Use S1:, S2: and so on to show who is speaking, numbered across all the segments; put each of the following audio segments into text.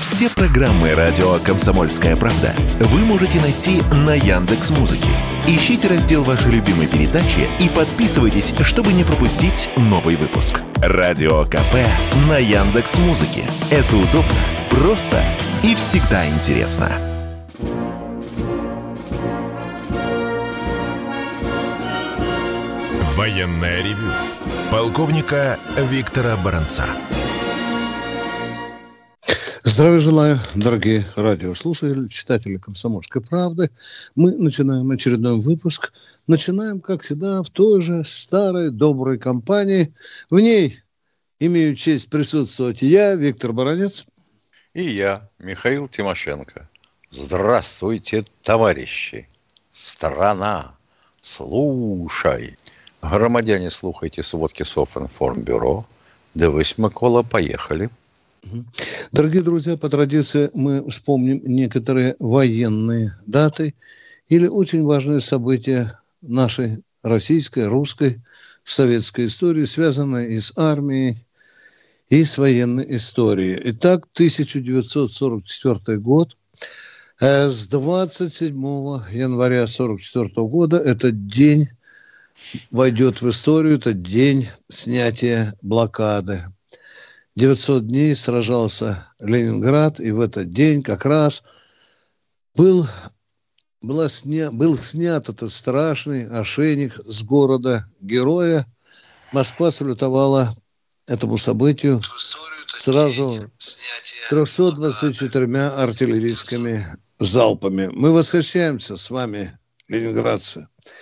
S1: Все программы радио «Комсомольская правда» вы можете найти на Яндекс.Музыке. Ищите раздел вашей любимой передачи и подписывайтесь, чтобы не пропустить новый выпуск. Радио КП на Яндекс.Музыке. Это удобно, просто и всегда интересно. Военное ревю полковника Виктора Баранца.
S2: Здравия желаю, дорогие радиослушатели, читатели «Комсомольской правды». Мы начинаем очередной выпуск. Начинаем, как всегда, в той же старой доброй компании. В ней имею честь присутствовать я, Виктор Баранец.
S3: И я, Михаил Тимошенко. Здравствуйте, товарищи! Страна, слушай! Громадяне, слухайте сводки Софинформбюро. Дивись, Микола, поехали.
S2: Дорогие друзья, по традиции мы вспомним некоторые военные даты или очень важные события нашей российской, русской, советской истории, связанные и с армией, и с военной историей. Итак, 1944 год. С 27 января 1944 года этот день войдет в историю, это день снятия блокады. 900 дней сражался Ленинград, и в этот день как раз был снят этот страшный ошейник с города-героя. Москва салютовала этому событию сразу 324 артиллерийскими залпами. Мы восхищаемся с вами, ленинградцы.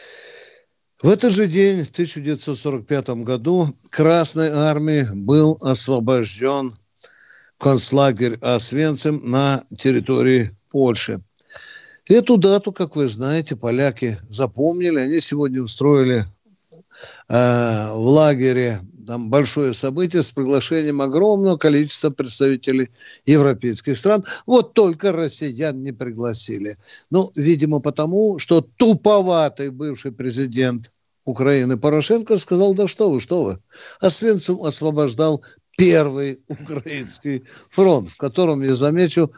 S2: В этот же день, в 1945 году, Красной армией был освобожден концлагерь Освенцим на территории Польши. Эту дату, как вы знаете, поляки запомнили. Они сегодня устроили в лагере там большое событие с приглашением огромного количества представителей европейских стран. Вот только россиян не пригласили. Ну, видимо, потому, что туповатый бывший президент Украины Порошенко сказал: да что вы. Освенцим освобождал первый украинский фронт, в котором, я замечу,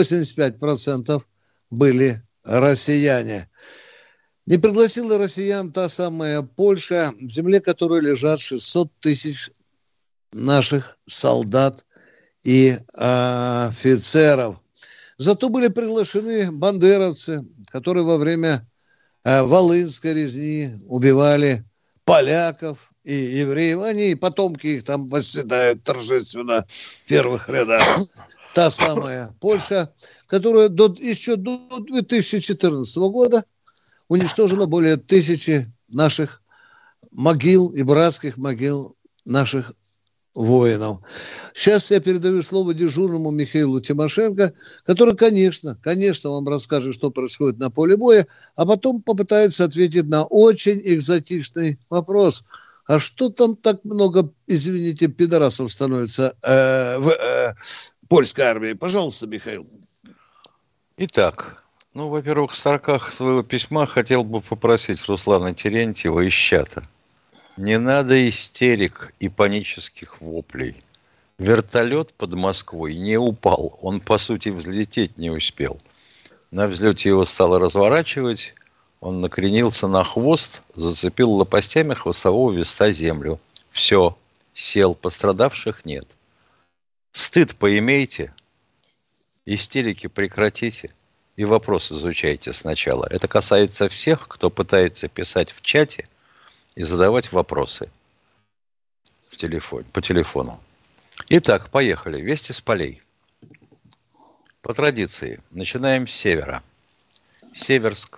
S2: 85% были россияне. Не пригласила россиян та самая Польша, в земле которой лежат 600 тысяч наших солдат и офицеров. Зато были приглашены бандеровцы, которые во время Волынской резни убивали поляков и евреев. Они, потомки их, там восседают торжественно в первых рядах. Та самая Польша, которая еще до 2014 года уничтожила более 1000 наших могил и братских могил наших воинов. Сейчас я передаю слово дежурному Михаилу Тимошенко, который, конечно, вам расскажет, что происходит на поле боя, а потом попытается ответить на очень экзотичный вопрос. А что там так много, извините, пидорасов становится в польской армии? Пожалуйста, Михаил.
S3: Итак, во-первых, в строках своего письма хотел бы попросить Руслана Терентьева из чата: не надо истерик и панических воплей. Вертолет под Москвой не упал. Он, по сути, взлететь не успел. На взлете его стало разворачивать. Он накренился на хвост, зацепил лопастями хвостового веста землю. Все, сел, пострадавших нет. Стыд поимейте, истерики прекратите и вопрос изучайте сначала. Это касается всех, кто пытается писать в чате и задавать вопросы по телефону. Итак, поехали. Вести с полей. По традиции, начинаем с севера. Северск.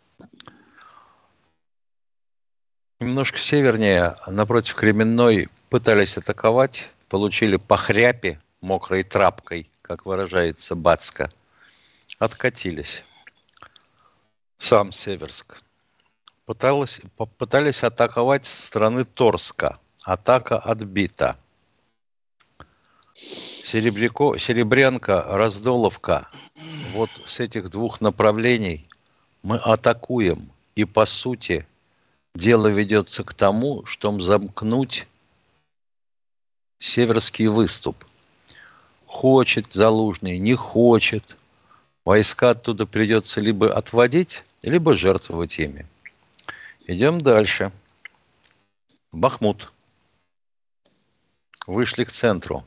S3: Немножко севернее, напротив Кременной, пытались атаковать, получили по хряпе мокрой тряпкой, как выражается Бацко. Откатились. Сам Северск. Пытались атаковать со стороны Торска. Атака отбита. Серебрянка, Раздоловка. Вот с этих двух направлений мы атакуем. И, по сути, дело ведется к тому, чтобы замкнуть Северский выступ. хочет Залужный, не хочет. Войска оттуда придется либо отводить, либо жертвовать ими. Идем дальше. Бахмут. Вышли к центру.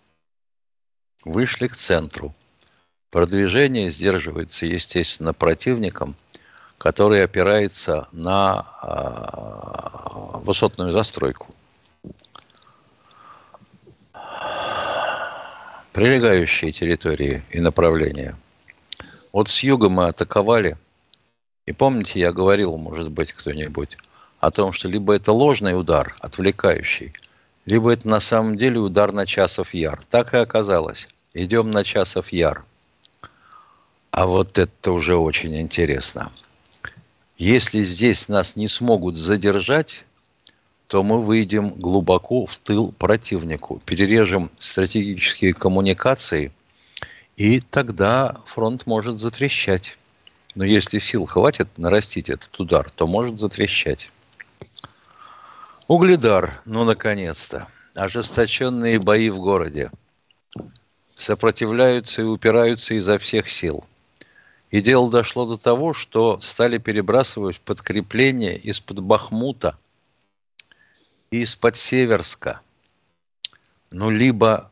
S3: Продвижение сдерживается, естественно, противником, который опирается на высотную застройку. Прилегающие территории и направления. Вот с юга мы атаковали. И помните, я говорил, может быть, кто-нибудь, о том, что либо это ложный удар, отвлекающий, либо это на самом деле удар на Часов Яр. Так и оказалось. Идем на Часов Яр. А вот это уже очень интересно. Если здесь нас не смогут задержать, то мы выйдем глубоко в тыл противнику, перережем стратегические коммуникации, и тогда фронт может затрещать. Но если сил хватит нарастить этот удар, то может затрещать. Угледар, ну, наконец-то. Ожесточенные бои в городе. Сопротивляются и упираются изо всех сил. И дело дошло до того, что стали перебрасывать подкрепления из-под Бахмута и из-под Северска. Ну, либо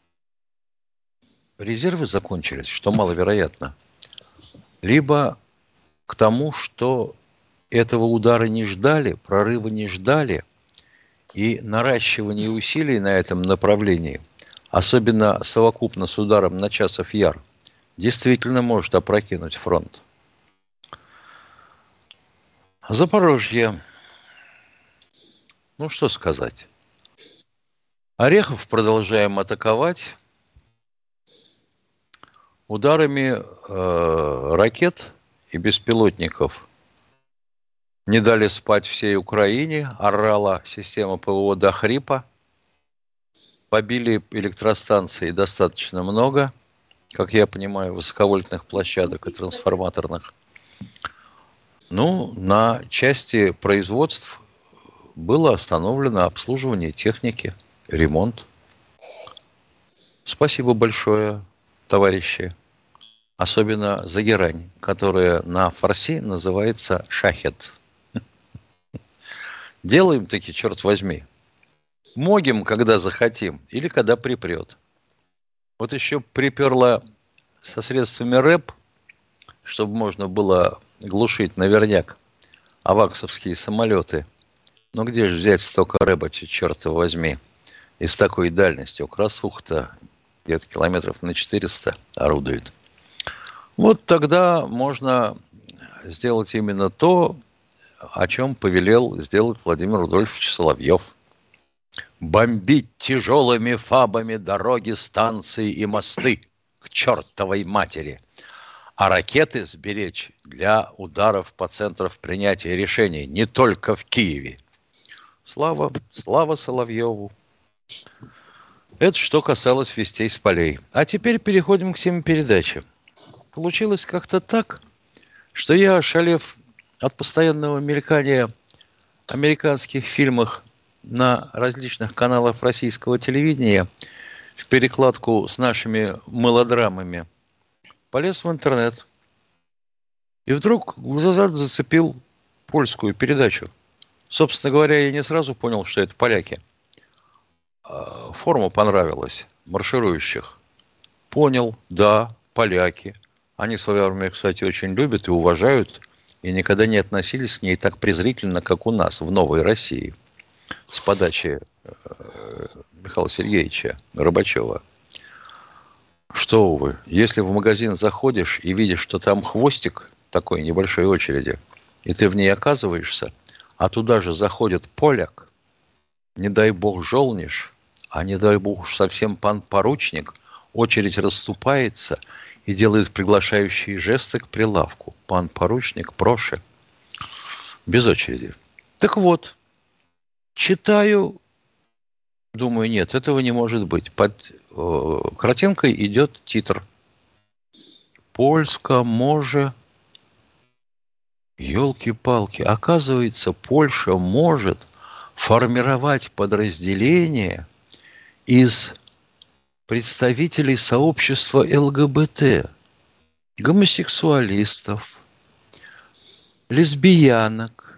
S3: резервы закончились, что маловероятно, либо к тому, что этого удара не ждали, прорыва не ждали, и наращивание усилий на этом направлении, особенно совокупно с ударом на Часов Яр, действительно может опрокинуть фронт. Запорожье. Ну, что сказать. Орехов продолжаем атаковать ударами ракет и беспилотников. Не дали спать всей Украине, орала система ПВО до хрипа. Побили электростанций достаточно много, как я понимаю, высоковольтных площадок и трансформаторных. Ну, на части производств было остановлено обслуживание техники, ремонт. Спасибо большое, товарищи. Особенно за герань, которая на фарси называется шахет. Делаем таки, черт возьми. Могим, когда захотим, или когда припрет. Вот еще приперла со средствами РЭП, чтобы можно было глушить наверняк аваксовские самолеты. Но где же взять столько рэба, черт его возьми, и с такой дальностью? Красуха-то где-то километров на 400 орудует. Вот тогда можно сделать именно то, о чем повелел сделать Владимир Рудольфович Соловьев. Бомбить тяжелыми фабами дороги, станции и мосты к чертовой матери, а ракеты сберечь для ударов по центрам принятия решений не только в Киеве. Слава Соловьеву. Это что касалось вестей с полей. А теперь переходим к теме передачи. Получилось как-то так, что я, ошалев от постоянного мелькания американских фильмов на различных каналах российского телевидения в перекладку с нашими мелодрамами, полез в интернет. И вдруг глаза зацепил польскую передачу. Собственно говоря, я не сразу понял, что это поляки. Форма понравилась марширующих. Понял, да, поляки. Они свою армию, кстати, очень любят и уважают, и никогда не относились к ней так презрительно, как у нас, в Новой России, с подачи Михаила Сергеевича Горбачева. Что вы, если в магазин заходишь и видишь, что там хвостик такой небольшой очереди, и ты в ней оказываешься, а туда же заходит поляк, не дай бог жолниш, а не дай бог уж совсем пан поручник, очередь расступается и делает приглашающие жесты к прилавку. Пан поручник, проше. Без очереди. Так вот, читаю, думаю, нет, этого не может быть. Под картинкой идет титр. Польска може. Ёлки-палки. Оказывается, Польша может формировать подразделения из представителей сообщества ЛГБТ, гомосексуалистов, лесбиянок,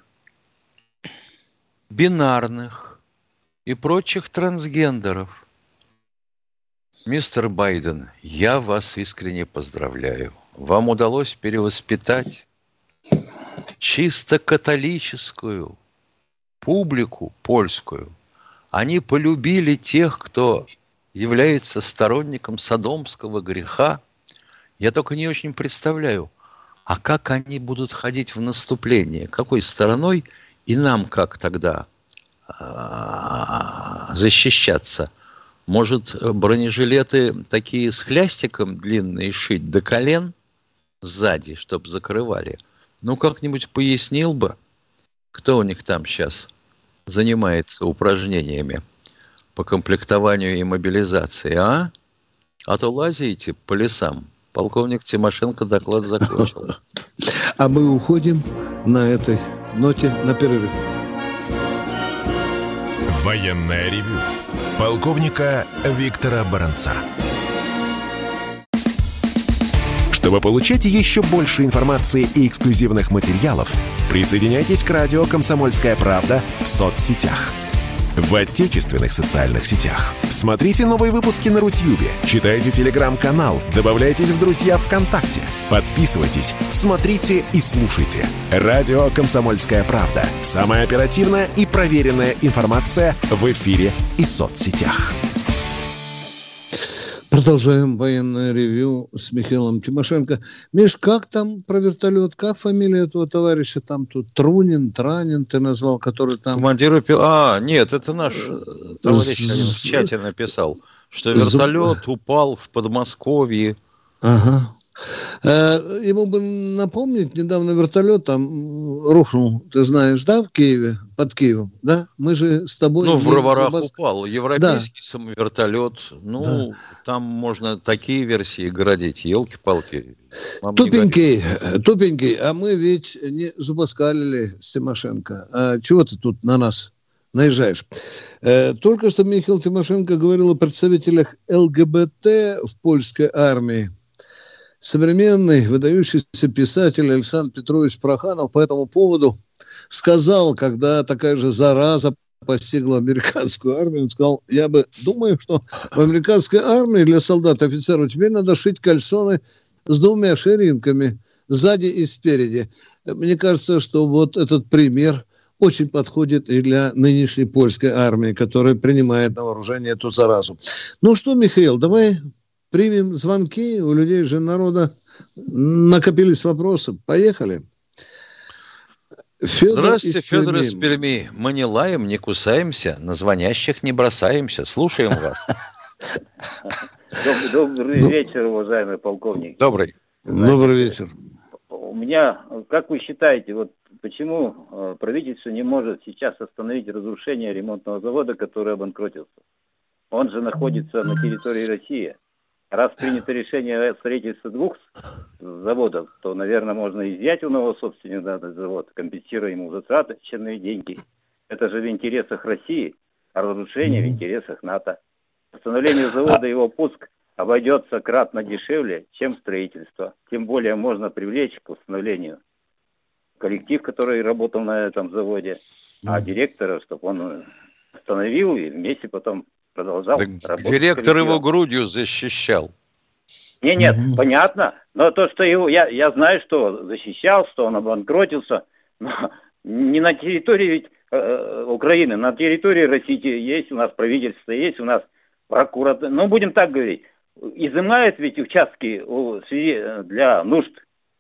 S3: бинарных и прочих трансгендеров. Мистер Байден, я вас искренне поздравляю. Вам удалось перевоспитать чисто католическую публику польскую. Они полюбили тех, кто является сторонником содомского греха. Я только не очень представляю, а как они будут ходить в наступление, какой стороной, и нам как тогда защищаться. Может, бронежилеты такие с хлястиком длинные шить до колен сзади, чтобы закрывали? Ну, как-нибудь пояснил бы, кто у них там сейчас занимается упражнениями по комплектованию и мобилизации, а? А то лазите по лесам. Полковник Тимошенко доклад закончил.
S2: А мы уходим на этой ноте на перерыв.
S1: Военное ревю полковника Виктора Баранца. Чтобы получать еще больше информации и эксклюзивных материалов, присоединяйтесь к радио «Комсомольская правда» в соцсетях. В отечественных социальных сетях. Смотрите новые выпуски на Рутьюбе, читайте телеграм-канал, добавляйтесь в друзья ВКонтакте, подписывайтесь, смотрите и слушайте. Радио «Комсомольская правда». Самая оперативная и проверенная информация в эфире и соцсетях.
S2: Продолжаем военное ревью с Михаилом Тимошенко. Миш, как там про вертолет? Как фамилия этого товарища? Там тут Транин, ты назвал, который там...
S3: Командир... нет, это наш товарищ в чате написал, что вертолет упал в Подмосковье.
S2: Ага. Ему бы напомнить, недавно вертолет там рухнул, ты знаешь, да, в Киеве, под Киевом, да? Мы же с тобой...
S3: в Броварах упал, европейский вертолет, там можно такие версии городить, елки-палки.
S2: Тупенький, а мы ведь не зубоскалили с Тимошенко. А чего ты тут на нас наезжаешь? Только что Михаил Тимошенко говорил о представителях ЛГБТ в польской армии. Современный выдающийся писатель Александр Петрович Проханов по этому поводу сказал, когда такая же зараза постигла американскую армию, он сказал: я думаю, что в американской армии для солдат и офицеров теперь надо шить кальсоны с двумя ширинками, сзади и спереди. Мне кажется, что вот этот пример очень подходит и для нынешней польской армии, которая принимает на вооружение эту заразу. Ну что, Михаил, давай примем звонки. У людей же народа накопились вопросы. Поехали.
S3: Здравствуйте, Федор из Перми. Мы не лаем, не кусаемся, на звонящих не бросаемся. Слушаем вас.
S4: Добрый вечер, уважаемый полковник.
S3: Добрый
S2: вечер.
S4: У меня, как вы считаете, вот почему правительство не может сейчас остановить разрушение ремонтного завода, который обанкротился? Он же находится на территории России. Раз принято решение о строительстве двух заводов, то, наверное, можно изъять у нового собственника этот завод, компенсируя ему затраченные деньги. Это же в интересах России, а разрушение в интересах НАТО. Восстановление завода и его пуск обойдется кратно дешевле, чем строительство. Тем более можно привлечь к восстановлению коллектив, который работал на этом заводе, а директора, чтобы он остановил и вместе потом продолжал работать.
S3: Директор его грудью защищал.
S4: Нет, понятно. Но то, что я знаю, что защищал, что он обанкротился, но не на территории ведь Украины, на территории России есть у нас правительство, есть у нас прокуратура. Ну, будем так говорить. Изымают ведь участки для нужд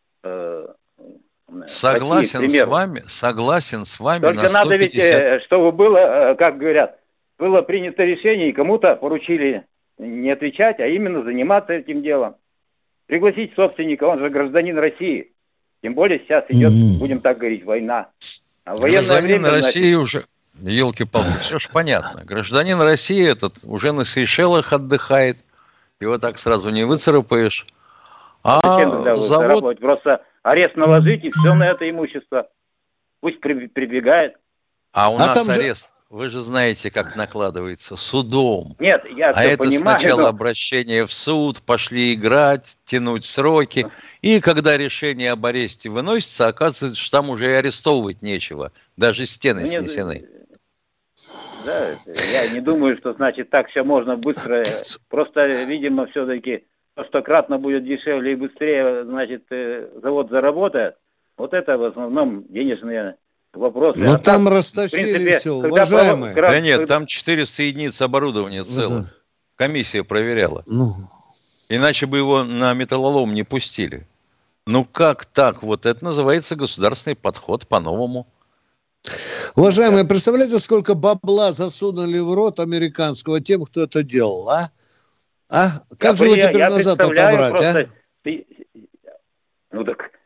S3: Согласен с вами.
S4: Только надо ведь, чтобы было, как говорят, было принято решение, и кому-то поручили не отвечать, а именно заниматься этим делом. Пригласить собственника, он же гражданин России. Тем более сейчас идет, будем так говорить, война. А военное время...
S3: России уже, елки-палки, все же понятно. Гражданин России этот уже на Сейшелах отдыхает. Его так сразу не выцарапаешь.
S4: Зачем тогда выцарапывать? Просто арест наложить и все на это имущество. Пусть прибегает.
S3: А у нас
S2: там
S3: арест, вы же знаете, как накладывается, судом.
S4: Нет, я
S3: А
S4: все
S3: это
S4: понимаю,
S3: сначала
S4: но...
S3: обращение в суд, пошли играть, тянуть сроки. И когда решение об аресте выносится, оказывается, что там уже и арестовывать нечего. Даже стены снесены.
S4: Да, я не думаю, что, значит, так все можно быстро. Просто, видимо, все-таки стократно будет дешевле и быстрее, значит, завод заработает. Вот это в основном денежные вопросы.
S2: Ну, там растащили все, уважаемые.
S3: Да нет, там 400 единиц оборудования целых. Комиссия проверяла. Иначе бы его на металлолом не пустили. Ну, как так? Вот это называется государственный подход по-новому.
S2: Уважаемые, представляете, сколько бабла засунули в рот американского тем, кто это делал, а? А? Как же его теперь назад отобрать, просто... а?
S4: Ну,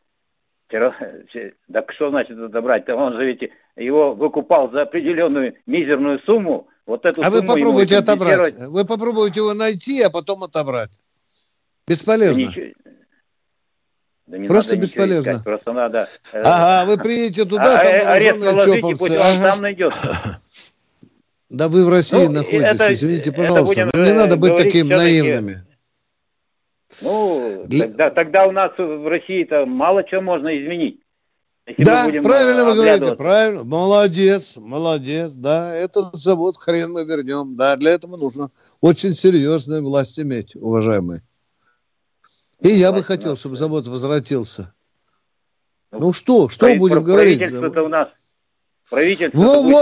S4: так что значит отобрать? Он же ведь его выкупал за определенную мизерную сумму. Вот эту сумму
S2: вы попробуйте отобрать. Вы попробуйте его найти, а потом отобрать. Бесполезно.
S4: Да не
S2: просто
S4: надо
S2: бесполезно.
S4: Искать, просто надо...
S2: Ага, вы приедете туда, там вооруженные чоповцы.
S4: Он сам найдет.
S2: Да вы в России находитесь, извините, пожалуйста. Но не надо быть такими наивными.
S4: Ну, тогда у нас в России-то мало чего можно изменить.
S2: Да, правильно вы говорите, правильно. Молодец, да. Этот завод хрен мы вернем. Да, для этого нужно очень серьезную власть иметь, уважаемые. И я бы хотел, чтобы завод возвратился. Ну что будем говорить?
S4: Правительство-то у нас... Правительство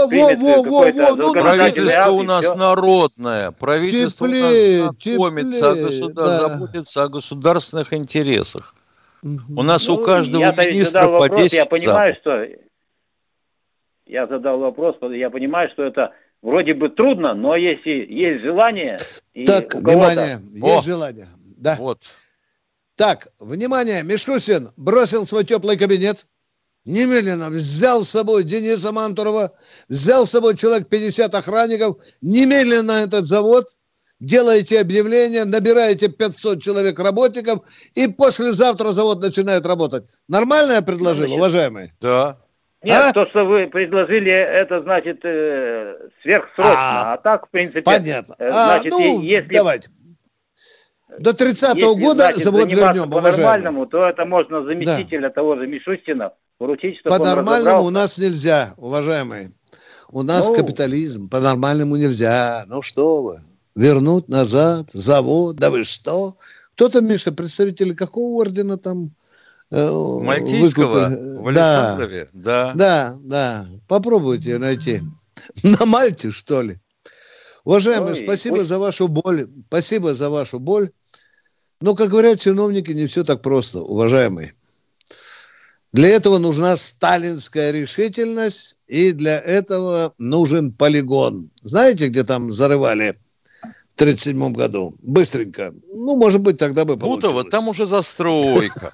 S3: у нас народное. Правительство у нас знакомится, заботится о государственных интересах. У нас у каждого министра по 10
S4: я понимаю, что... Я задал вопрос, я понимаю, что это вроде бы трудно, но если есть желание...
S2: Так, внимание, есть желание. Да.
S3: Вот.
S2: Так, внимание, Мишустин бросил свой теплый кабинет, немедленно взял с собой Дениса Мантурова, взял с собой человек 50 охранников, немедленно на этот завод, делаете объявление, набираете 500 человек работников, и послезавтра завод начинает работать. Нормально я предложил, уважаемые?
S3: Да.
S4: Нет, то, что вы предложили, это значит сверхсрочно, а так, в принципе...
S2: Понятно.
S4: Значит, если...
S2: Давайте. До 30-го года завод вернем,
S4: по-нормальному, то это можно заместителя того же Мишустина поручить, чтобы
S2: по-нормальному у нас нельзя, уважаемые. У нас капитализм, по-нормальному нельзя. Ну что вы, вернуть назад завод, да вы что? Кто-то, Миша, представители какого ордена там?
S3: Мальтийского, в Александрове,
S2: да. Попробуйте найти. На Мальте, что ли? Уважаемые, спасибо за вашу боль. Спасибо за вашу боль. Но, как говорят чиновники, не все так просто, уважаемые. Для этого нужна сталинская решительность, и для этого нужен полигон. Знаете, где там зарывали в 1937 году? Быстренько. Ну, может быть, тогда бы получилось.
S3: Бутово, там уже застройка.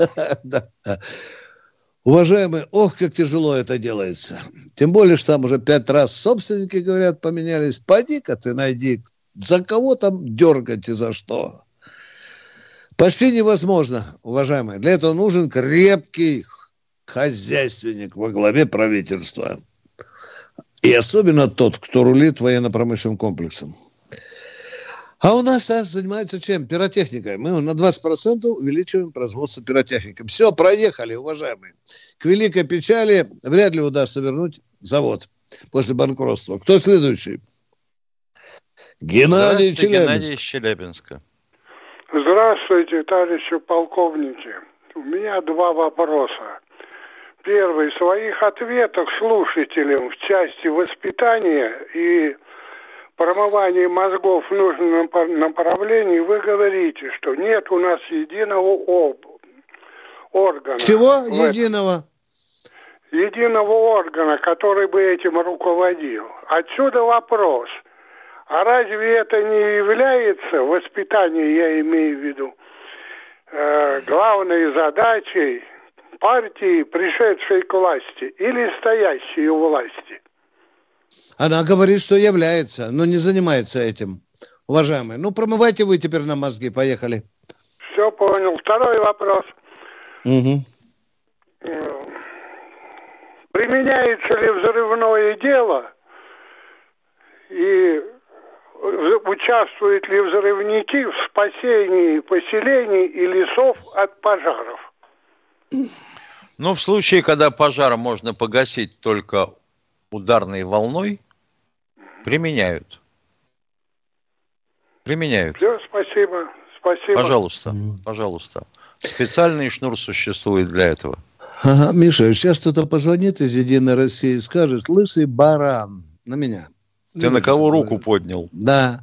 S2: Уважаемые, как тяжело это делается. Тем более, что там уже 5 раз собственники, говорят, поменялись. Пойди-ка ты найди, за кого там дергать и за что. Почти невозможно, уважаемые. Для этого нужен крепкий хозяйственник во главе правительства. И особенно тот, кто рулит военно-промышленным комплексом. А у нас занимается чем? Пиротехникой. Мы на 20% увеличиваем производство пиротехники. Все, проехали, уважаемые. К великой печали вряд ли удастся вернуть завод после банкротства. Кто следующий? Геннадий
S3: из Челябинска.
S5: Здравствуйте, товарищи полковники. У меня 2 вопроса. Первый. В своих ответах слушателям в части воспитания и промывания мозгов в нужном направлении вы говорите, что нет у нас единого органа.
S2: Чего единого?
S5: Единого органа, который бы этим руководил. Отсюда вопрос. А разве это не является, воспитание я имею в виду, главной задачей партии, пришедшей к власти, или стоящей у власти?
S2: Она говорит, что является, но не занимается этим. Уважаемые, промывайте вы теперь на мозги, поехали.
S5: Все понял. Второй вопрос. применяется ли взрывное дело и участвуют ли взрывники в спасении поселений и лесов от пожаров?
S3: Ну, в случае, когда пожар можно погасить только ударной волной, применяют.
S5: Все, спасибо.
S3: Пожалуйста. Специальный шнур существует для этого.
S2: Ага, Миша, сейчас кто-то позвонит из «Единой России» и скажет: лысый баран на меня.
S3: Ты на кого руку поднял?
S2: Да.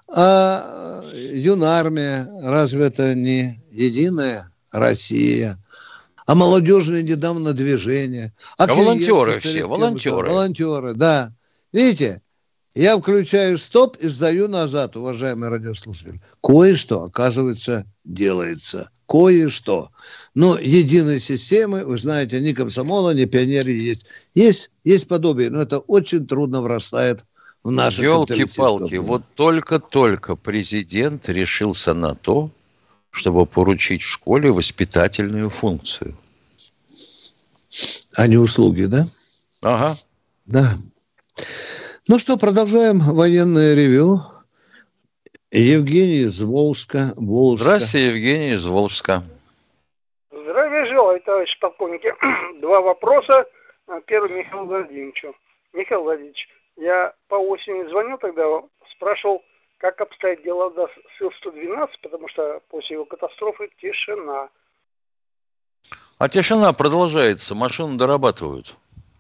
S2: А Юнармия, разве это не «Единая Россия»? А молодежное недавно движение.
S3: Волонтеры все, волонтеры.
S2: Волонтеры, да. Видите, я включаю стоп и сдаю назад, уважаемые радиослушатели. Кое-что, оказывается, делается. Кое-что. Но единой системы, вы знаете, ни комсомола, ни пионеры есть. Есть подобие, но это очень трудно врастает в наше капиталистическое.
S3: Ёлки-палки, вот только президент решился на то, чтобы поручить школе воспитательную функцию.
S2: А не услуги, да?
S3: Ага.
S2: Да. Ну что, продолжаем военное ревю. Евгений из Волжска.
S3: Здравствуйте, Евгений из Волжска.
S6: Здравия желаю, товарищ полковник. Два вопроса. Первый Михаилу Владимировичу. Михаил Владимирович, я по осени звонил тогда, спрашивал, как обстоят дела с Ил-112, потому что после его катастрофы тишина.
S3: А тишина продолжается, машины дорабатывают.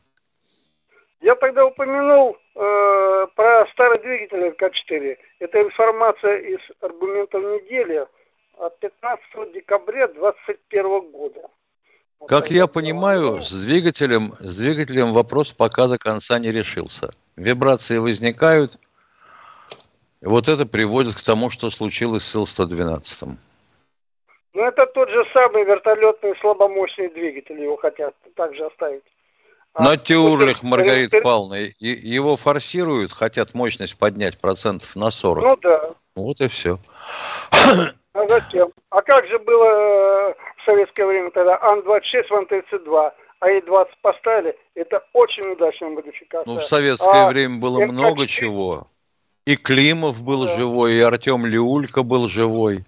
S6: Я тогда упомянул про старый двигатель К4. Это информация из аргументов недели от 15 декабря 2021 года.
S3: Как я понимаю, с двигателем вопрос пока до конца не решился. Вибрации возникают. И вот это приводит к тому, что случилось с Ил-112.
S6: Ну, это тот же самый вертолетный слабомощный двигатель. Его хотят также оставить.
S3: На тюрлях, Маргарита Павловна, его форсируют, хотят мощность поднять процентов на 40.
S6: Ну да.
S3: Вот и все.
S6: А зачем? А как же было в советское время тогда Ан-26, Ван-32, а И-20 поставили? Это очень удачная модификация.
S3: Ну, в советское время было много чего. И Климов был живой, и Артем Леулько был живой.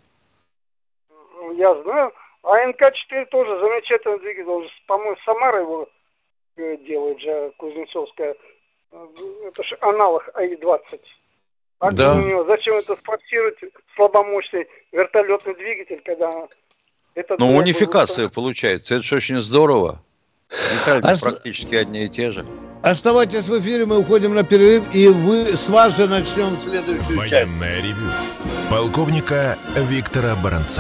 S6: Я знаю. А НК-4 тоже замечательный двигатель. По-моему, Самара его делает же, Кузнецовская. Это же аналог АИ-20. А да. Зачем это форсировать слабомощный вертолетный двигатель, когда...
S3: Ну, унификация получается. Это же очень здорово. Детали практически одни и те же.
S2: Оставайтесь в эфире, мы уходим на перерыв, и с вас же начнем следующую часть.
S1: Военное ревю полковника Виктора Баранца.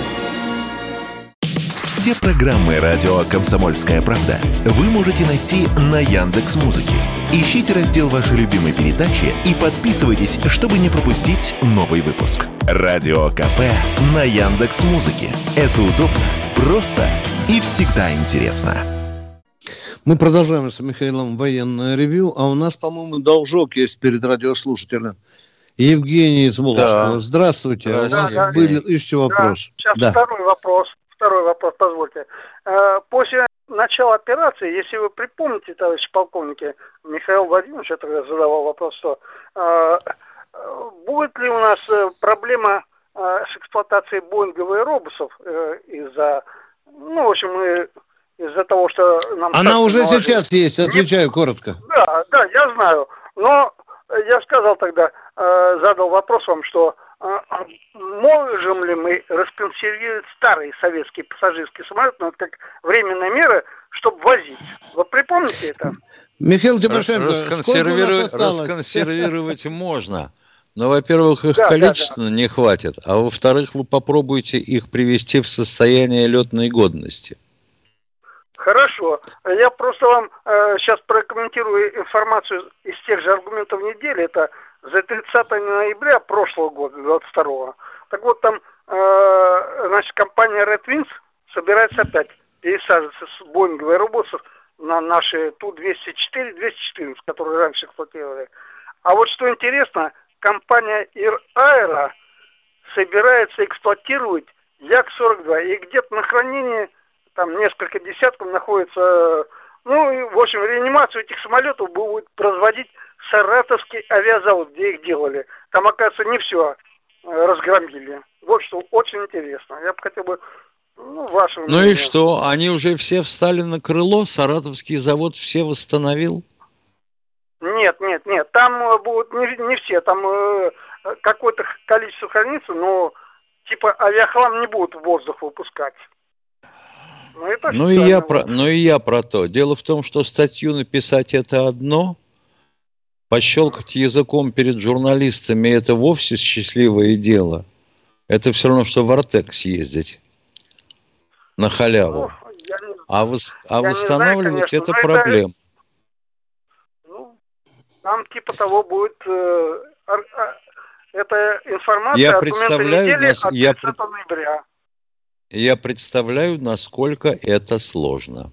S1: Все программы радио «Комсомольская правда» вы можете найти на Яндекс.Музыке. Ищите раздел вашей любимой передачи и подписывайтесь, чтобы не пропустить новый выпуск. Радио КП на Яндекс.Музыке. Это удобно, просто и всегда интересно.
S2: Мы продолжаем с Михаилом военное ревью, а у нас, по-моему, должок есть перед радиослушателем. Евгений из Волжского. Да. Здравствуйте. У вас был еще вопрос.
S6: Сейчас да. Второй вопрос, позвольте. После начала операции, если вы припомните, товарищи полковники, Михаил Владимирович, я тогда задавал вопрос, что будет ли у нас проблема с эксплуатацией Боингов и Airbus'ов из-за, ну, в общем, из-за того, что нам...
S2: Она уже сейчас есть, отвечаю коротко.
S6: Да, я знаю. Но я сказал тогда, задал вопрос вам, что можем ли мы расконсервировать старый советский пассажирский самолет, ну, как временная мера, чтобы возить. Вы припомните это?
S2: Михаил Тимошенко, сколько у нас осталось?
S3: Расконсервировать можно. Но, во-первых, их количественно не хватит, а во-вторых, вы попробуйте их привести в состояние летной годности.
S6: Хорошо. Я просто вам сейчас прокомментирую информацию из тех же аргументов недели. Это за 30 ноября прошлого года, 22-го. Так вот, там, значит, компания Red Wings собирается опять пересаживаться с Боингов и Airbus'ов на наши Ту-204, 214, которые раньше эксплуатировали. А вот что интересно, компания Air Aero собирается эксплуатировать Як-42. И где-то на хранении там несколько десятков находится Ну, и, в общем, реанимацию этих самолетов будет производить Саратовский авиазавод, где их делали. Там, оказывается, не все разгромили. В общем, очень интересно. Я бы хотел бы, ваше мнение.
S3: Ну и что? Они уже все встали на крыло? Саратовский завод все восстановил?
S6: Нет. Там будут не все. Там какое-то количество хранится, но типа авиахлам не будут в воздух выпускать. Ну
S3: и я про то. Дело в том, что статью написать это одно, пощелкать языком перед журналистами это вовсе счастливое дело. Это все равно, что в Артек съездить на халяву. Восстанавливать знаю, это проблема.
S6: Там типа того будет эта информация от момента недели от 30 ноября.
S3: Я представляю, насколько это сложно.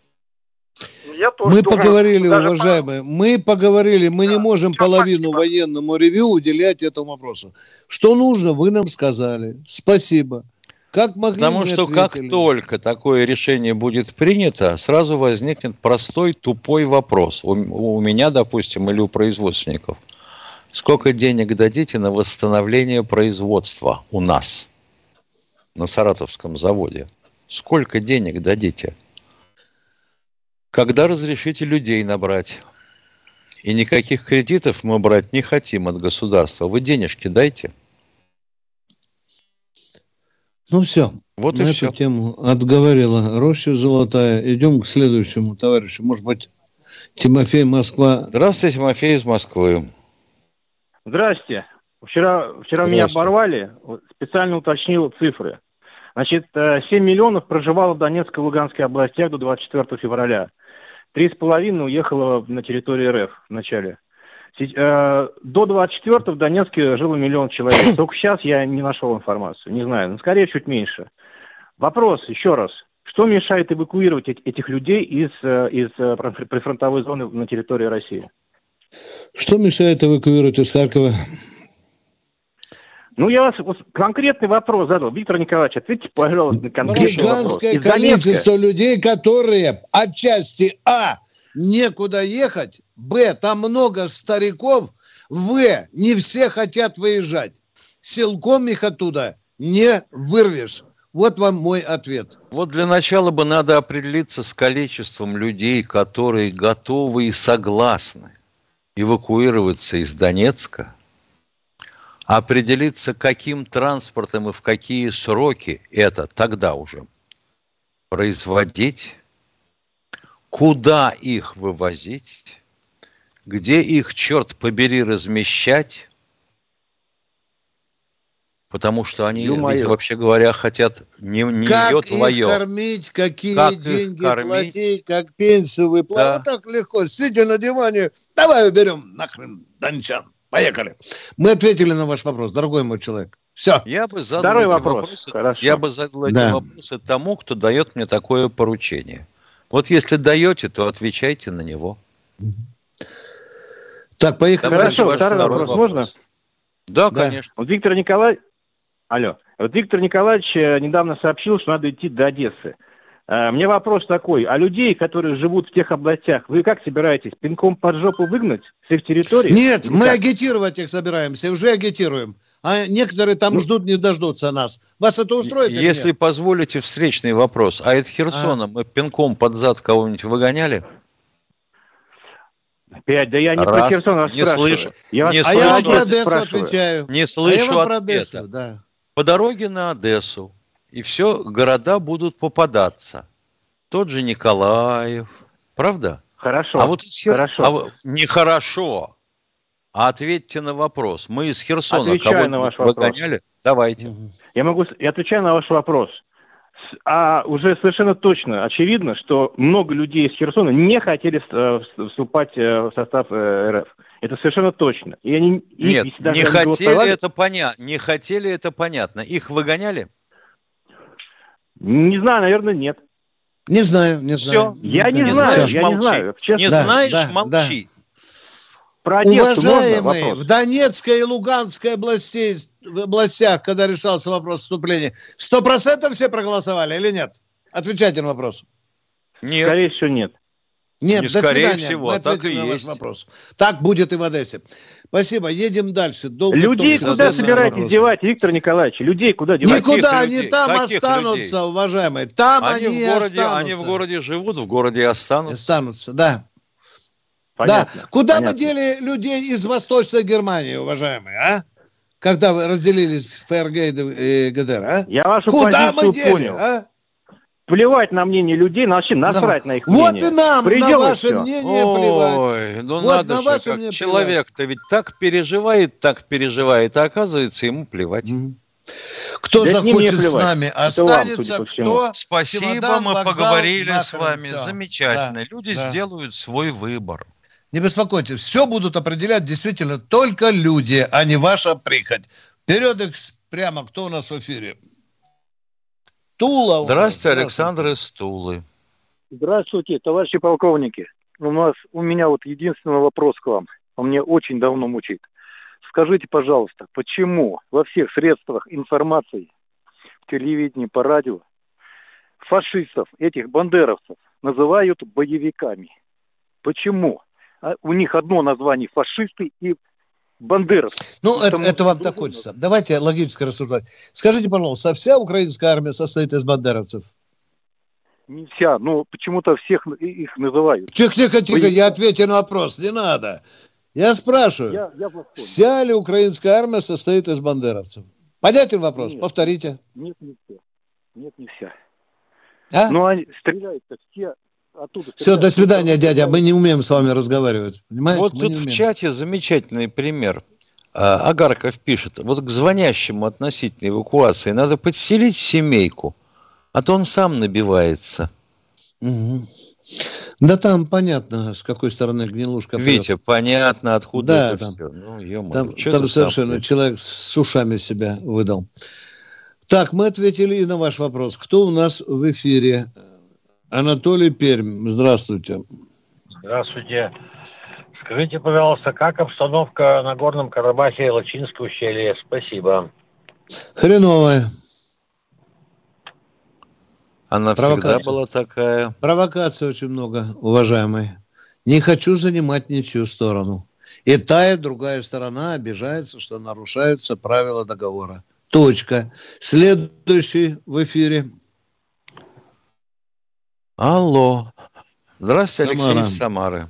S2: Мы поговорили, уважаемые, мы не можем половину военному ревью уделять этому вопросу. Что нужно, вы нам сказали. Спасибо. Как могли,
S3: потому что как только такое решение будет принято, сразу возникнет простой, тупой вопрос. У меня, допустим, или у производственников. Сколько денег дадите на восстановление производства у нас на Саратовском заводе? Сколько денег дадите? Когда разрешите людей набрать? И никаких кредитов мы брать не хотим от государства. Вы денежки дайте.
S2: Ну все,
S3: вот
S2: на эту тему отговорила Роща Золотая. Идем к следующему товарищу. Может быть, Тимофей, Москва.
S3: Здравствуйте, Тимофей из Москвы.
S7: Здрасте. Вчера меня оборвали, специально уточнил цифры. Значит, 7 миллионов проживало в Донецкой и Луганской областях до 24 февраля. 3,5 уехало на территорию РФ в начале. До 24 в Донецке жило 1 миллион человек. Только сейчас я не нашел информацию. Не знаю, но скорее чуть меньше. Вопрос еще раз. Что мешает эвакуировать этих людей из прифронтовой зоны на территории России?
S2: Что мешает эвакуировать из Харькова?
S7: Ну, я вас конкретный вопрос задал. Виктор Николаевич, ответьте, пожалуйста, на конкретный вопрос.
S2: Гигантское количество людей, которые отчасти некуда ехать, Б, там много стариков, В, не все хотят выезжать. Силком их оттуда не вырвешь. Вот вам мой ответ.
S3: Вот для начала бы надо определиться с количеством людей, которые готовы и согласны эвакуироваться из Донецка, определиться, каким транспортом и в какие сроки это тогда уже производить, куда их вывозить, где их, черт побери, размещать, потому что они, вообще говоря, хотят не ее твое.
S2: Как их кормить, какие деньги платить, как пенсию выплатить. Да. Вот так легко, сидя на диване, давай уберем нахрен дончан. Поехали. Мы ответили на ваш вопрос, дорогой мой человек. Все.
S3: Я бы задал эти вопросы тому, кто дает мне такое поручение. Вот если даете, то отвечайте на него.
S2: Так, поехали.
S7: Хорошо, второй вопрос. Можно?
S3: Да, конечно.
S7: Вот Виктор Николаевич недавно сообщил, что надо идти до Одессы. Мне вопрос такой. А людей, которые живут в тех областях, вы как собираетесь? Пинком под жопу выгнать с их территории?
S2: Нет, мы агитировать их собираемся, уже агитируем. А некоторые там ждут, не дождутся нас. Вас это устроит или нет?
S3: Если позволите, встречный вопрос. А из Херсона мы пинком под зад кого-нибудь выгоняли?
S7: Опять, да я не про Херсон спрашиваю.
S2: Я вам про Одессу отвечаю.
S3: Не слышу ответа. Да. По дороге на Одессу. И все, города будут попадаться. Тот же Николаев. Правда?
S7: Хорошо.
S3: А вот нехорошо. А ответьте на вопрос. Мы из Херсона кого-нибудь выгоняли? Давайте.
S7: Я отвечаю на ваш вопрос. А уже совершенно точно, очевидно, что много людей из Херсона не хотели вступать в состав РФ. Это совершенно точно. И они,
S3: Нет, не хотели, это понятно. Не хотели, это понятно. Их выгоняли?
S7: Не знаю, наверное, нет.
S2: Не знаю.
S7: Все. Я не знаю. Честно.
S3: Не знаешь, молчи.
S2: Про Одессу уважаемые, в Донецкой и Луганской областях, когда решался вопрос вступления, 100% все проголосовали или нет? Отвечайте на вопрос.
S7: Нет. Скорее всего, нет.
S2: Нет,
S3: Не
S2: до
S3: скорее
S2: свидания.
S3: всего,
S2: Мы
S3: так
S2: ответили
S3: и
S2: на ваш
S3: есть.
S2: вопрос. Так будет и в Одессе. Спасибо. Едем дальше.
S7: Людей куда собираетесь девать, Виктор Николаевич? Людей куда девать?
S2: Никуда,
S3: Каких
S2: они
S3: людей?
S2: там
S3: Каких
S2: останутся,
S3: людей?
S2: уважаемые. Там они останутся.
S3: Они в городе живут, в городе останутся.
S2: Останутся, да.
S7: Понятно.
S2: Да. Куда
S7: Понятно.
S2: мы дели людей из Восточной Германии, уважаемые, а? Когда вы разделились ФРГ и ГДР, а?
S7: Я вашу
S2: Куда мы
S7: позицию
S2: дели,
S7: понял.
S2: а?
S7: Плевать на мнение людей, вообще насрать на их
S2: Вот
S7: мнение.
S2: и нам
S7: Предел
S2: на
S7: и
S2: ваше
S7: всё.
S2: мнение плевать.
S3: Ой, ну
S2: Вот
S3: надо
S2: на
S3: же,
S2: ваше
S3: как
S2: мнение
S3: человек-то ведь так переживает, а оказывается, ему плевать.
S2: Кто
S7: Да это не мне
S2: захочет с
S7: плевать.
S2: нами
S7: Это вам,
S2: останется,
S7: судя по всему.
S2: кто...
S3: Спасибо,
S2: чемодан,
S3: мы
S2: вокзал,
S3: поговорили с
S2: нахрен,
S3: вами.
S2: всё.
S3: Замечательно.
S2: Да,
S3: Люди
S2: да.
S3: сделают свой выбор.
S2: Не беспокойтесь, все будут определять действительно только люди, а не ваша прихоть. Вперед их прямо, кто у нас в эфире? Тула.
S3: Здравствуйте, Александр из Тулы.
S8: Здравствуйте, товарищи полковники. У меня вот единственный вопрос к вам. Он меня очень давно мучает. Скажите, пожалуйста, почему во всех средствах информации, в телевидении, по радио, фашистов, этих бандеровцев, называют боевиками? Почему? У них одно название – фашисты и бандеровцы.
S2: Ну, это вам так хочется. Давайте логически рассуждать. Скажите, пожалуйста, вся украинская армия состоит из бандеровцев?
S8: Не вся, но почему-то всех их называют.
S2: Тихо, я ответил на вопрос, не надо. Я спрашиваю, вся ли украинская армия состоит из бандеровцев? Понятен вопрос? Нет. Повторите.
S8: Нет, не вся. Нет, не вся.
S2: А?
S8: Но они стреляют-то все оттуда.
S2: Все, до свидания, дядя. Мы не умеем с вами разговаривать. Понимаете?
S3: Вот тут в чате замечательный пример. Агарков пишет, вот к звонящему относительно эвакуации надо подселить семейку, а то он сам набивается.
S2: Угу. Да там понятно, с какой стороны гнилушка.
S3: Витя, понятно, откуда
S2: да,
S3: это
S2: там,
S3: все. Ну, ё-моё,
S2: там совершенно человек с ушами себя выдал. Так, мы ответили и на ваш вопрос. Кто у нас в эфире? Анатолий, Пермь. Здравствуйте.
S9: Здравствуйте. Скажите, пожалуйста, как обстановка на Горном Карабахе и Лачинском ущелье? Спасибо.
S2: Хреновая.
S3: Она всегда была такая.
S2: Провокаций очень много, уважаемые. Не хочу занимать ничью сторону. И та, и другая сторона обижается, что нарушаются правила договора. Точка. Следующий в эфире.
S3: Алло. Здравствуйте,
S2: Самара.
S3: Алексей из Самары.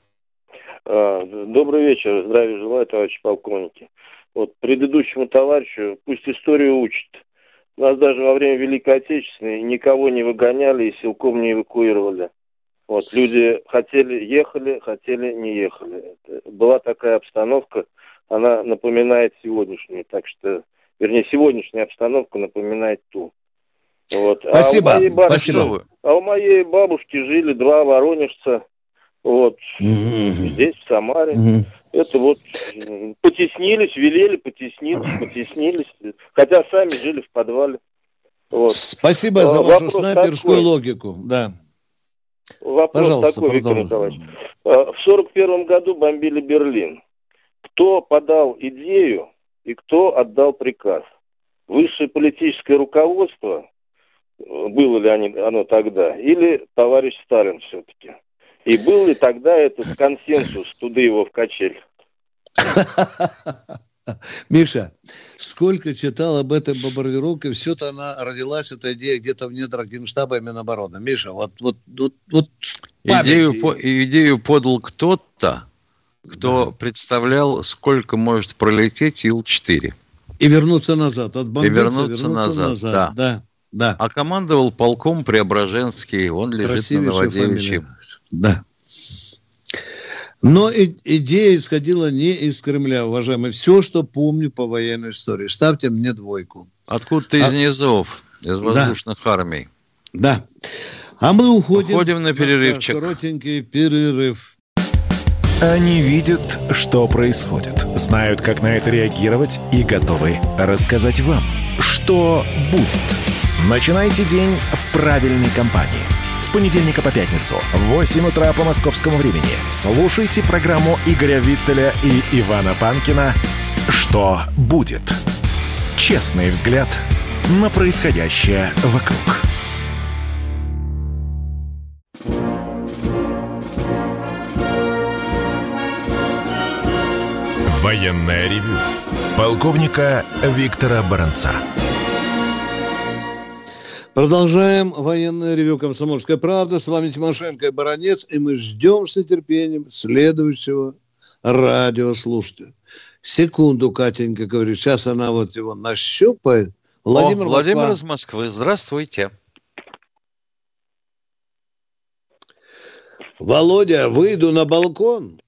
S10: Добрый вечер. Здравия желаю, товарищи полковники. Вот предыдущему товарищу пусть историю учит. Нас даже во время Великой Отечественной никого не выгоняли и силком не эвакуировали. Вот, люди ехали, хотели, не ехали. Была такая обстановка, она напоминает сегодняшнюю. Так что, вернее, сегодняшняя обстановка напоминает ту. Вот.
S2: Спасибо.
S10: Спасибо. А у моей бабушки жили два воронежца. Вот. Здесь, в Самаре. Это вот потеснились, велели, потеснились. Хотя сами жили в подвале. Вот.
S2: Спасибо за вашу снайперскую логику. Да.
S10: Вопрос
S2: пожалуйста,
S10: такой, Виктор Николаевич. В 1941 году бомбили Берлин. Кто подал идею и кто отдал приказ? Высшее политическое руководство, было ли оно тогда, или товарищ Сталин все-таки? И был ли тогда этот консенсус, туды его в качель?
S2: Миша, сколько читал об этой бомбардировке, все-то она родилась, эта идея где-то в недрах Генштаба и Минобороны. Миша, вот
S3: идею подал кто-то, кто представлял, сколько может пролететь Ил-4.
S2: И вернуться назад. От бомбейца
S3: вернуться назад.
S2: Да.
S3: А командовал полком Преображенский, он лежит на Новодевичьем.
S2: Да. Но идея исходила не из Кремля, уважаемые. Все, что помню по военной истории. Ставьте мне 2.
S3: Откуда-то из низов, из воздушных армий.
S2: Да. А мы уходим
S3: на перерывчик.
S2: Коротенький перерыв.
S1: Они видят, что происходит, знают, как на это реагировать и готовы рассказать вам, что будет. Начинайте день в правильной компании. С понедельника по пятницу в 8 утра по московскому времени слушайте программу Игоря Виттеля и Ивана Панкина «Что будет?». Честный взгляд на происходящее вокруг. Военное ревю полковника Виктора Баранца.
S2: Продолжаем военное ревю «Комсомольская правда». С вами Тимошенко и Баранец. И мы ждем с нетерпением следующего радиослушателя. Секунду, Катенька говорит. Сейчас она вот его нащупает.
S3: Владимир из Москвы. Здравствуйте.
S2: Володя, выйду на балкон,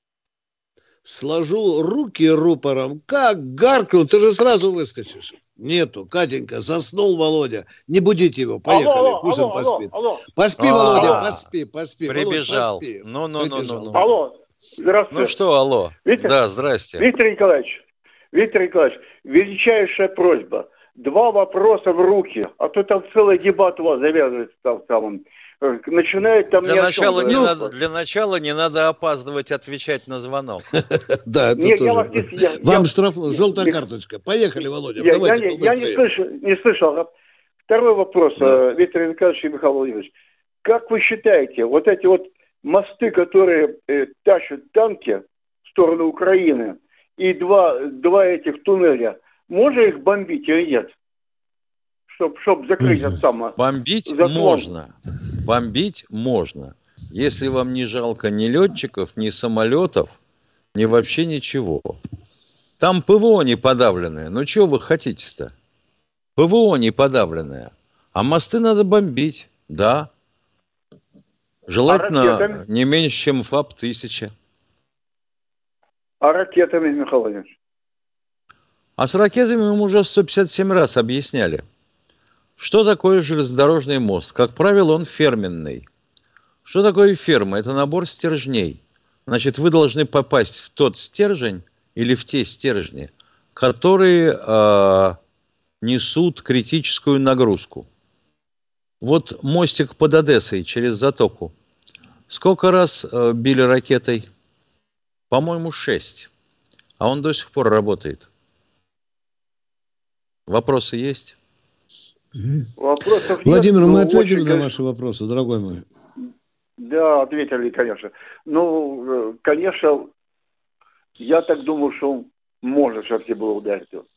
S2: сложу руки рупором, как гаркну, ты же сразу выскочишь. Нету, Катенька, заснул Володя. Не будите его, поехали, пусть он поспит. Поспи, Володя, поспи.
S3: Прибежал.
S2: Поспи.
S3: Ну.
S11: Алло, здравствуйте.
S3: Ну что, алло. Да, здрасте.
S11: Виктор Николаевич, величайшая просьба. 2 вопроса в руки, а то там целый дебат у вас завязывается там самым. Начинает там
S3: для начала не надо опаздывать отвечать на звонок.
S2: Да, это тоже. Вам штраф, желтая карточка. Поехали, Володя.
S11: Я не слышал. Второй вопрос, Виктор Николаевич и Михаил Владимирович. Как вы считаете, вот эти вот мосты, которые тащат танки в сторону Украины, и два этих туннеля, можно их бомбить или нет? Чтобы закрыть это самое.
S3: Бомбить можно. Если вам не жалко ни летчиков, ни самолетов, ни вообще ничего. Там ПВО не подавленное. Ну, чего вы хотите-то? ПВО не подавленное. А мосты надо бомбить. Да. Желательно не меньше, чем ФАП-1000.
S11: А ракетами, Михаил Владимирович?
S3: А с ракетами мы уже 157 раз объясняли. Что такое железнодорожный мост? Как правило, он ферменный. Что такое ферма? Это набор стержней. Значит, вы должны попасть в тот стержень или в те стержни, которые несут критическую нагрузку. Вот мостик под Одессой через затоку. Сколько раз били ракетой? По-моему, 6. А он до сих пор работает. Вопросы есть?
S2: Владимир, мы ответили на ваши вопросы, дорогой мой.
S11: Да, ответили, конечно. Ну, конечно, я так думаю, что он может все-таки было ударить его.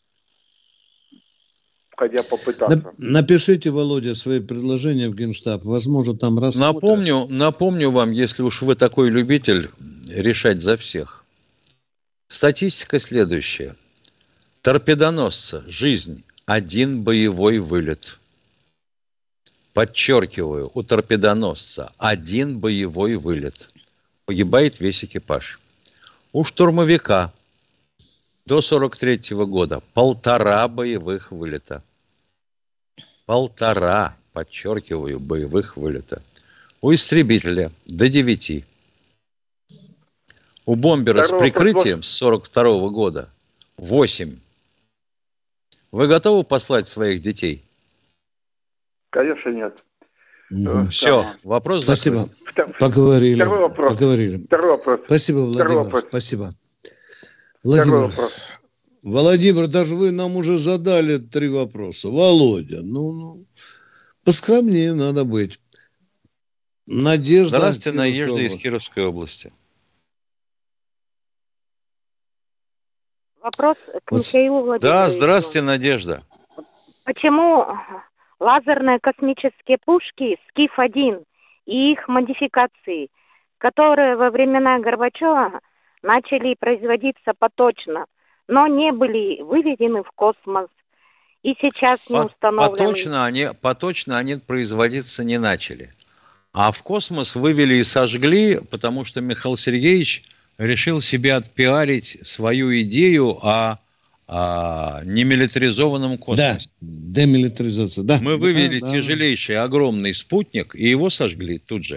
S11: Хотя попытаться.
S2: Напишите, Володя, свои предложения в Генштаб. Возможно, там рассмотрят.
S3: Напомню вам, если уж вы такой любитель решать за всех. Статистика следующая. Торпедоносца. Жизнь. 1 боевой вылет. Подчеркиваю, у торпедоносца 1 боевой вылет. Погибает весь экипаж. У штурмовика до 43-го года 1,5 боевых вылета. 1,5, подчеркиваю, боевых вылета. У истребителя до 9. У бомбера с прикрытием с 42-го года 8. Вы готовы послать своих детей?
S11: Конечно, нет.
S3: Все, вопрос
S2: закрыт. Спасибо. Поговорили.
S11: Второй вопрос.
S2: Спасибо, Владимир. Спасибо. Владимир, даже вы нам уже задали 3 вопроса. Володя, поскромнее надо быть. Надежда.
S3: Здравствуйте, Надежда из Кировской области.
S12: Вопрос к Михаилу Владимировичу.
S3: Да, здравствуйте, Надежда.
S12: Почему лазерные космические пушки «Скиф-1» и их модификации, которые во времена Горбачева начали производиться поточно, но не были выведены в космос и сейчас не установлены?
S3: Поточно они производиться не начали. А в космос вывели и сожгли, потому что Михаил Сергеевич решил себе отпиарить свою идею о немилитаризованном космосе.
S2: Да, демилитаризация. Да.
S3: Мы вывели тяжелейший, огромный спутник, и его сожгли тут же.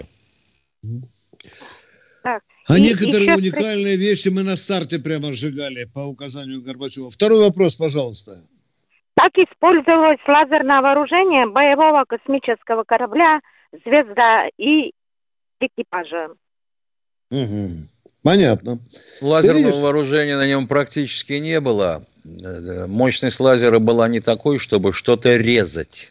S12: Так.
S2: Некоторые уникальные вещи мы на старте прямо сжигали по указанию Горбачева. Второй вопрос, пожалуйста.
S12: Как использовалось лазерное вооружение боевого космического корабля «Звезда» и экипажа?
S2: Угу. Понятно.
S3: Лазерного вооружения на нем практически не было. Мощность лазера была не такой, чтобы что-то резать.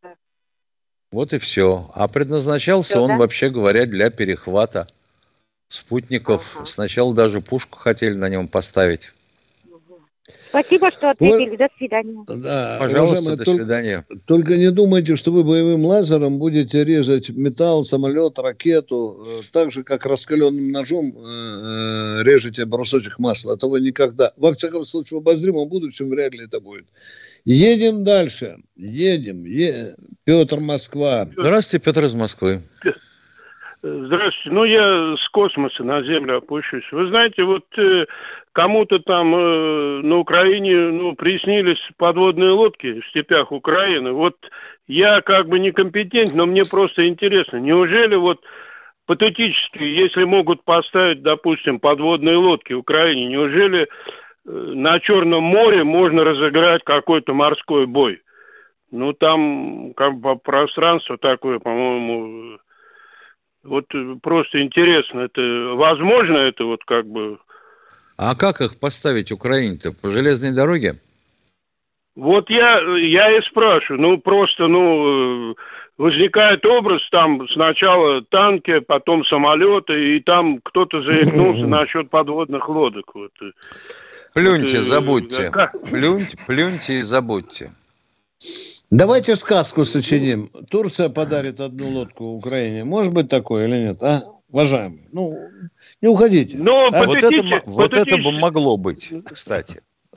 S3: Вот и все. А предназначался он, вообще говоря, для перехвата спутников. Сначала даже пушку хотели на нем поставить.
S12: Спасибо, что ответили. До свидания.
S2: Да,
S3: Пожалуйста, до свидания.
S2: Только не думайте, что вы боевым лазером будете резать металл, самолет, ракету, так же, как раскаленным ножом режете брусочек масла. Этого никогда. Во всяком случае, в обозримом будущем вряд ли это будет. Едем дальше. Петр, Москва.
S3: Здравствуйте, Петр из Москвы.
S13: Здравствуйте. Ну, я с космоса на Землю опущусь. Вы знаете, вот кому-то там на Украине, приснились подводные лодки в степях Украины. Вот я как бы некомпетентен, но мне просто интересно. Неужели вот патетически, если могут поставить, допустим, подводные лодки в Украине, неужели на Черном море можно разыграть какой-то морской бой? Ну, там как бы пространство такое, по-моему... Вот просто интересно, это возможно, это вот как бы...
S3: А как их поставить Украине-то? По железной дороге?
S13: Вот я и спрашиваю. Возникает образ, там сначала танки, потом самолеты, и там кто-то заикнулся насчет подводных лодок. Вот.
S3: Плюньте, забудьте. Плюньте и забудьте.
S2: Давайте сказку сочиним. Турция подарит одну лодку Украине. Может быть такое или нет, а? Уважаемые, не уходите.
S3: Вот это бы могло быть, кстати.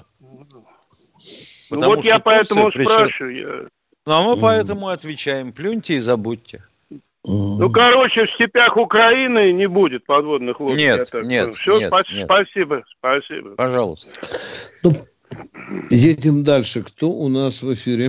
S13: Вот я поэтому спрашиваю.
S3: А мы поэтому отвечаем. Плюньте и забудьте.
S13: В степях Украины не будет подводных лодок.
S3: Нет.
S13: Спасибо.
S3: Пожалуйста.
S2: Едем дальше. Кто у нас в эфире?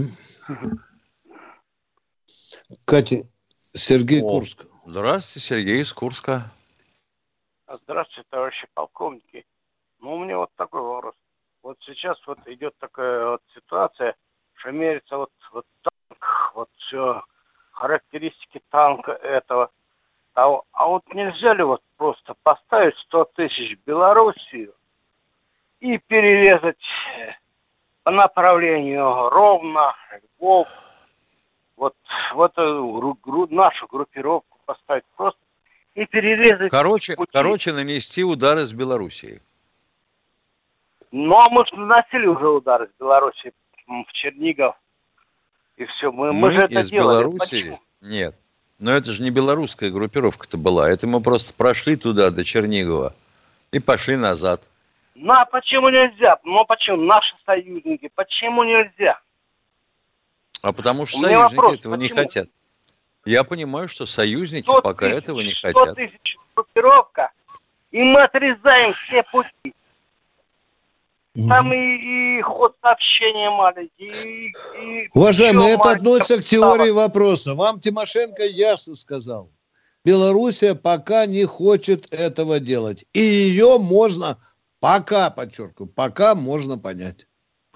S2: Катя, Сергей Курск.
S3: Здравствуйте, Сергей из Курска.
S14: Здравствуйте, товарищи полковники. У меня вот такой вопрос. Вот сейчас вот идет такая вот ситуация, что мерится вот танк, вот все, характеристики танка этого. А вот нельзя ли вот просто поставить 100 тысяч в Белоруссию и перерезать по направлению Ровно, Львов, вот в эту нашу группировку поставить просто и перерезать.
S3: Короче, нанести удары с Белоруссией.
S14: А мы же наносили уже удары с Белоруссии в Чернигов. И все. Мы же это
S3: из
S14: делали.
S3: Белоруссии?
S14: Почему?
S3: Нет. Но это же не белорусская группировка-то была. Это мы просто прошли туда, до Чернигова, и пошли назад.
S14: А почему нельзя? Почему? Наши союзники. Почему нельзя?
S3: А потому что союзники этого не хотят. Я понимаю, что союзники пока этого не хотят.
S14: 100 тысяч группировка, и мы отрезаем все пути. Там и ход сообщения маленький.
S2: Уважаемые, это относится к теории вопроса. Вам Тимошенко ясно сказал. Белоруссия пока не хочет этого делать. И ее можно, пока, подчеркиваю, пока можно понять.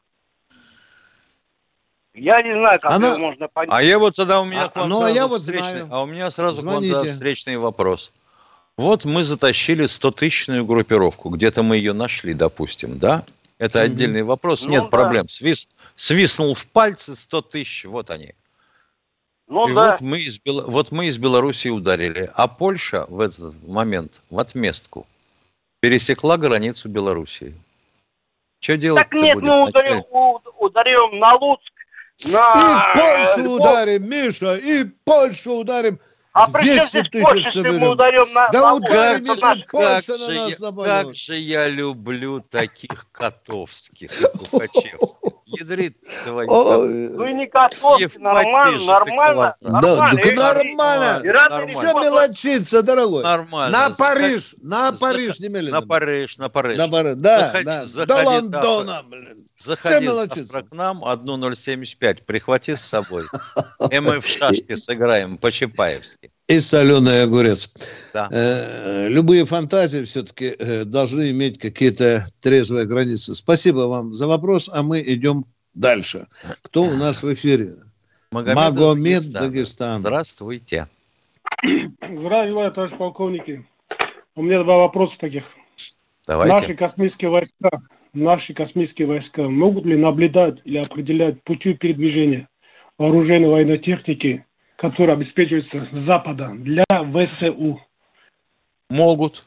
S14: Я не знаю, как ее можно понять.
S3: А я вот тогда у меня к вам
S2: у
S3: меня сразу к вам встречный вопрос. Вот мы затащили 100-тысячную группировку. Где-то мы ее нашли, допустим, да? Это отдельный вопрос. Нет проблем. Свистнул в пальцы 100 тысяч, вот они. Вот мы из Белоруссии ударили. А Польша в этот момент, в отместку, пересекла границу Белоруссии. Что делать?
S14: Так нет, мы ударим на Луцк.
S2: И Польшу ударим, Миша, и Польшу ударим.
S14: А при чем здесь Польша, если мы ударим на
S2: ударим, если Польша на нас нападет.
S3: Как же я люблю таких котовских, Тухачевских. Ядрит твою.
S14: Вы не Котовский, нормально.
S2: Нормально. Все мелочиться, дорогой.
S3: Нормально.
S2: На Париж немедленно.
S3: На Париж.
S2: Да. До Лондона, блин.
S3: Заходи завтра к нам, 1075, прихвати с собой. И мы в шашки сыграем по-чапаевски.
S2: И соленый огурец.
S3: Да.
S2: Любые фантазии все-таки должны иметь какие-то трезвые границы. Спасибо вам за вопрос, а мы идем дальше. Кто у нас в эфире? Магомед, Дагестан.
S3: Здравствуйте.
S15: Здравия, товарищ полковники. У меня два вопроса таких.
S3: Давайте.
S15: Наши космические войска могут ли наблюдать или определять пути передвижения вооруженной военной техники, которая обеспечивается с Запада для ВСУ?
S3: Могут.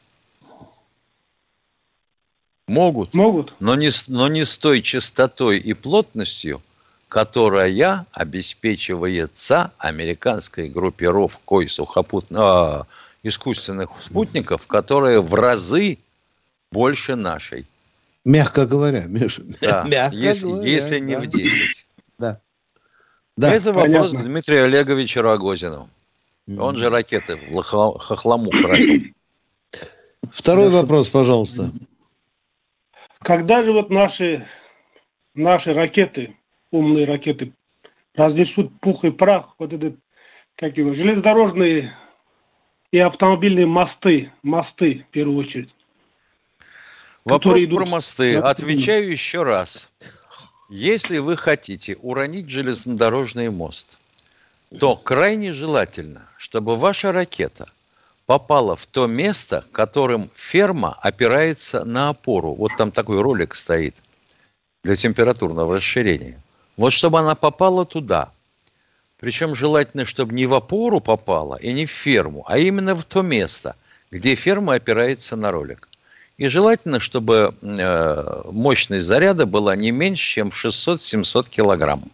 S3: Могут, но не с той частотой и плотностью, которая обеспечивается американской группировкой искусственных спутников, которая в разы больше нашей.
S2: Мягко говоря, Миша.
S3: Да, если не в 10.
S2: Да.
S3: Это вопрос к Дмитрию Олеговичу Рогозину. Он же ракеты в хохлому красил.
S2: Второй вопрос, пожалуйста.
S15: Когда же вот наши ракеты, умные ракеты, разнесут пух и прах, вот этот, как его, железнодорожные и автомобильные мосты, в первую очередь?
S3: Вопрос про мосты. Отвечаю еще раз. Если вы хотите уронить железнодорожный мост, то крайне желательно, чтобы ваша ракета попала в то место, которым ферма опирается на опору. Вот там такой ролик стоит для температурного расширения. Вот чтобы она попала туда. Причем желательно, чтобы не в опору попала и не в ферму, а именно в то место, где ферма опирается на ролик. И желательно, чтобы мощность заряда была не меньше, чем 600-700 килограмм.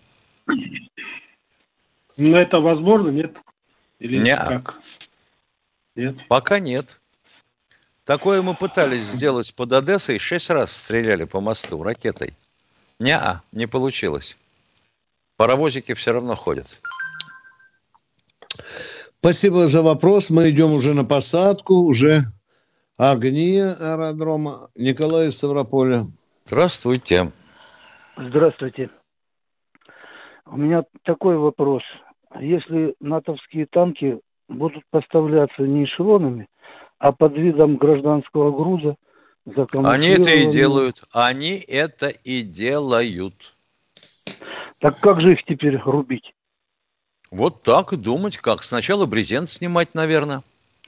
S15: Но это возможно, нет? Или
S3: нет.
S15: Как? Нет?
S3: Пока нет. Такое мы пытались сделать под Одессой, 6 раз стреляли по мосту ракетой. Не получилось. Паровозики все равно ходят.
S2: Спасибо за вопрос. Мы идем уже на посадку, уже огни аэродрома. Николай из Ставрополя.
S3: Здравствуйте.
S16: Здравствуйте. У меня такой вопрос. Если натовские танки будут поставляться не эшелонами, а под видом гражданского груза,
S3: Они это и делают. Они это и делают.
S16: Так как же их теперь рубить?
S3: Вот так и думать, как. Сначала брезент снимать, наверное.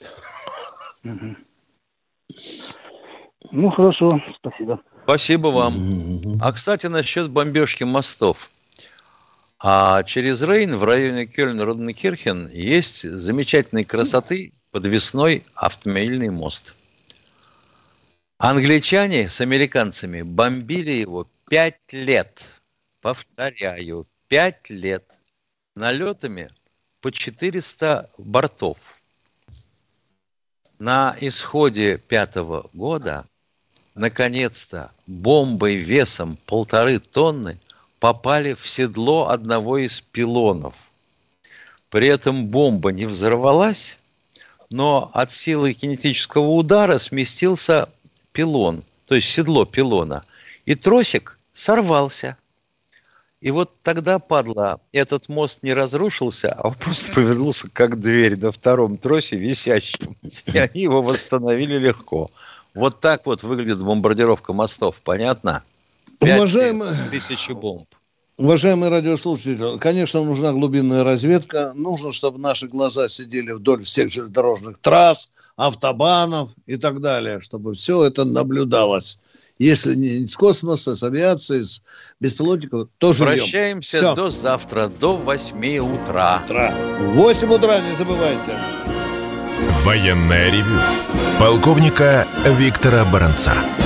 S16: Ну, хорошо, спасибо.
S3: Спасибо вам. А, кстати, насчет бомбежки мостов. А через Рейн в районе Кёльн-Роденкирхен есть замечательной красоты подвесной автомобильный мост. Англичане с американцами бомбили его 5 лет. Повторяю, 5 лет. Налетами по 400 бортов. На исходе 5-го года, наконец-то, бомбой весом 1,5 тонны попали в седло одного из пилонов. При этом бомба не взорвалась, но от силы кинетического удара сместился пилон, то есть седло пилона, и тросик сорвался. И вот тогда, падла, этот мост не разрушился, а он просто повернулся как дверь на втором тросе висящем. И они его восстановили легко. Вот так вот выглядит бомбардировка мостов, понятно? 5000 бомб.
S2: Уважаемые радиослушатели, конечно, нужна глубинная разведка. Нужно, чтобы наши глаза сидели вдоль всех железнодорожных трасс, автобанов и так далее, чтобы все это наблюдалось. Если не с космоса, с авиации, с беспилотников, то живем.
S3: Прощаемся
S2: Все.
S3: до завтра, до 8 утра.
S2: В 8 утра, не забывайте.
S1: Военное ревю полковника Виктора Баранца.